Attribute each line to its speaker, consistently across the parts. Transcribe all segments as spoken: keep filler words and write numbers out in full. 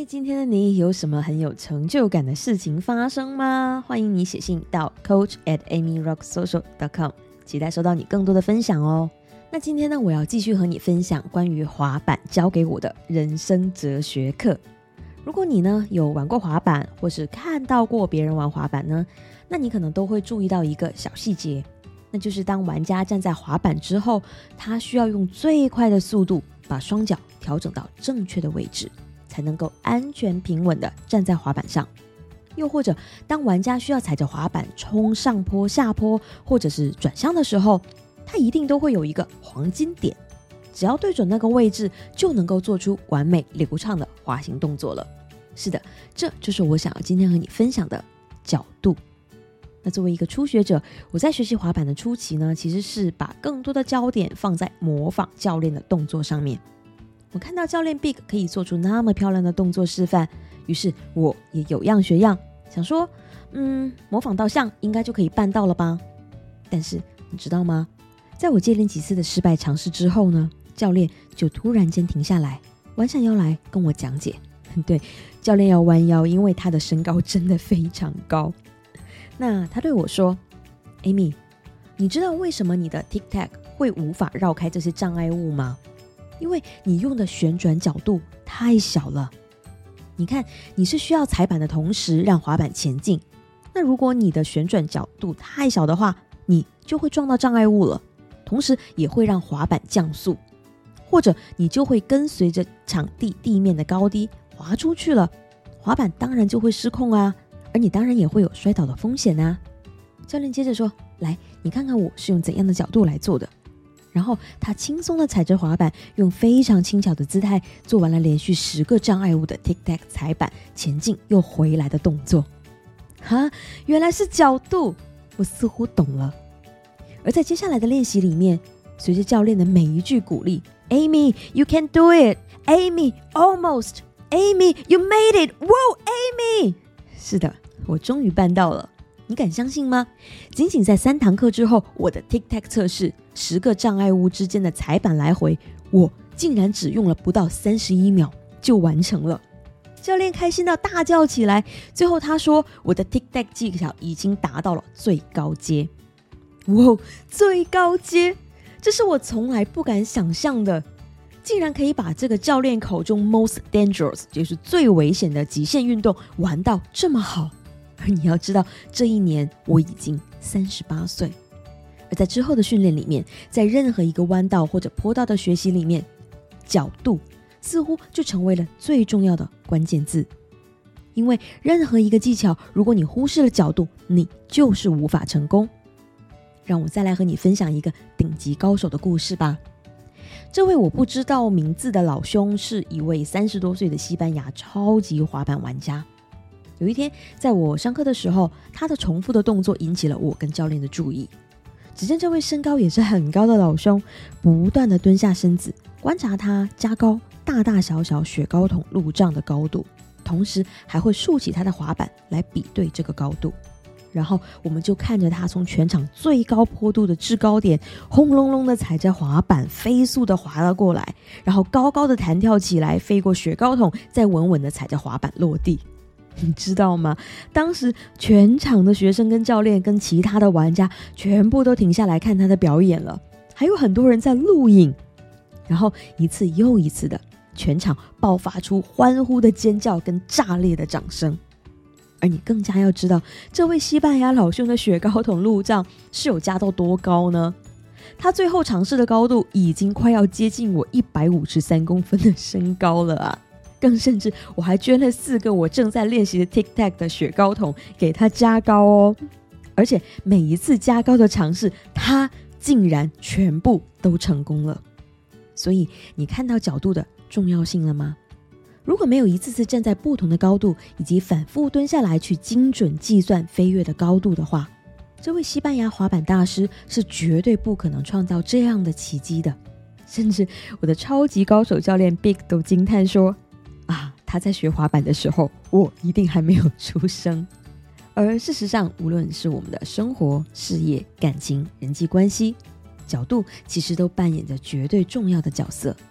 Speaker 1: 嗨，今天的你有什么很有成就感的事情发生吗？欢迎你写信到 coach at amy rock social dot com， 期待收到你更多的分享哦。那今天呢，我要继续和你分享关于滑板教给我的人生哲学课。如果你呢有玩过滑板，或是看到过别人玩滑板呢，那你可能都会注意到一个小细节，那就是当玩家站在滑板之后，他需要用最快的速度把双脚调整到正确的位置，才能够安全平稳地站在滑板上。又或者当玩家需要踩着滑板冲上坡下坡或者是转向的时候，他一定都会有一个黄金点，只要对准那个位置就能够做出完美流畅的滑行动作了。是的，这就是我想要今天和你分享的角度。那作为一个初学者，我在学习滑板的初期呢，其实是把更多的焦点放在模仿教练的动作上面。我看到教练 Big 可以做出那么漂亮的动作示范，于是我也有样学样，想说嗯，模仿到像应该就可以办到了吧。但是你知道吗，在我接连几次的失败尝试之后呢，教练就突然间停下来，弯下腰来跟我讲解。对，教练要弯腰，因为他的身高真的非常高。那他对我说 Amy， 你知道为什么你的 Tic Tac 会无法绕开这些障碍物吗？因为你用的旋转角度太小了。你看，你是需要踩板的同时让滑板前进，那如果你的旋转角度太小的话，你就会撞到障碍物了，同时也会让滑板降速，或者你就会跟随着场地地面的高低滑出去了，滑板当然就会失控啊，而你当然也会有摔倒的风险啊。教练接着说，来，你看看我是用怎样的角度来做的。然后他轻松地踩着滑板，用非常轻巧的姿态做完了连续十个障碍物的 Tic Tac 踩板前进又回来的动作。哈，原来是角度，我似乎懂了。而在接下来的练习里面，随着教练的每一句鼓励 Amy, you can do it, Amy, almost, Amy, you made it, Whoa, Amy。 是的，我终于办到了。你敢相信吗？仅仅在三堂课之后，我的 Tic Tac 测试十个障碍物之间的踩板来回，我竟然只用了不到三十一秒就完成了。教练开心到大叫起来，最后他说我的 Tic Tac 技巧已经达到了最高阶。哇，最高阶，这是我从来不敢想象的，竟然可以把这个教练口中 most dangerous， 就是最危险的极限运动玩到这么好。而你要知道，这一年我已经三十八岁，而在之后的训练里面，在任何一个弯道或者坡道的学习里面，角度似乎就成为了最重要的关键字。因为任何一个技巧，如果你忽视了角度，你就是无法成功。让我再来和你分享一个顶级高手的故事吧。这位我不知道名字的老兄是一位三十多岁的西班牙超级滑板玩家。有一天在我上课的时候，他的重复的动作引起了我跟教练的注意。只见这位身高也是很高的老兄不断的蹲下身子，观察他加高大大小小雪糕筒路障的高度，同时还会竖起他的滑板来比对这个高度。然后我们就看着他从全场最高坡度的制高点轰隆隆的踩着滑板飞速的滑了过来，然后高高的弹跳起来，飞过雪糕筒，再稳稳的踩着滑板落地。你知道吗？当时全场的学生跟教练跟其他的玩家全部都停下来看他的表演了，还有很多人在录影。然后一次又一次的，全场爆发出欢呼的尖叫跟炸裂的掌声。而你更加要知道，这位西班牙老兄的雪糕筒路障是有加到多高呢？他最后尝试的高度已经快要接近我一百五十三公分的身高了啊！更甚至我还捐了四个我正在练习的 Tic Tac 的雪糕筒给他加高哦。而且每一次加高的尝试，他竟然全部都成功了。所以你看到角度的重要性了吗？如果没有一次次站在不同的高度，以及反复蹲下来去精准计算飞跃的高度的话，这位西班牙滑板大师是绝对不可能创造这样的奇迹的。甚至我的超级高手教练 Big 都惊叹说啊，他在学滑板的时候，我一定还没有出生。而事实上，无论是我们的生活、事业、感情、人际关系，角度其实都扮演着绝对重要的角色。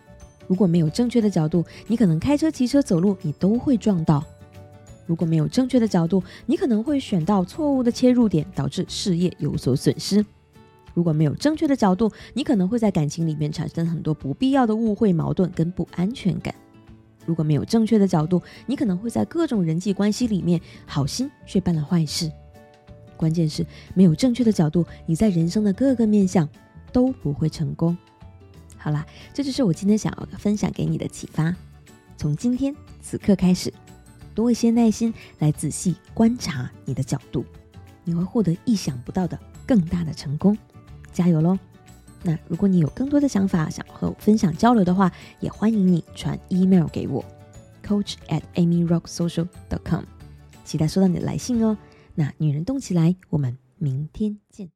Speaker 1: 如果没有正确的角度，你可能开车、骑车、走路，你都会撞到。如果没有正确的角度，你可能会选到错误的切入点，导致事业有所损失。如果没有正确的角度，你可能会在感情里面产生很多不必要的误会、矛盾跟不安全感。如果没有正确的角度，你可能会在各种人际关系里面好心却办了坏事。关键是没有正确的角度，你在人生的各个面向都不会成功。好啦，这就是我今天想要分享给你的启发。从今天此刻开始，多一些耐心来仔细观察你的角度，你会获得意想不到的更大的成功。加油咯！那如果你有更多的想法想和我分享交流的话，也欢迎你传 email 给我 coach at amy rock social dot com， 期待收到你的来信哦。那女人动起来，我们明天见。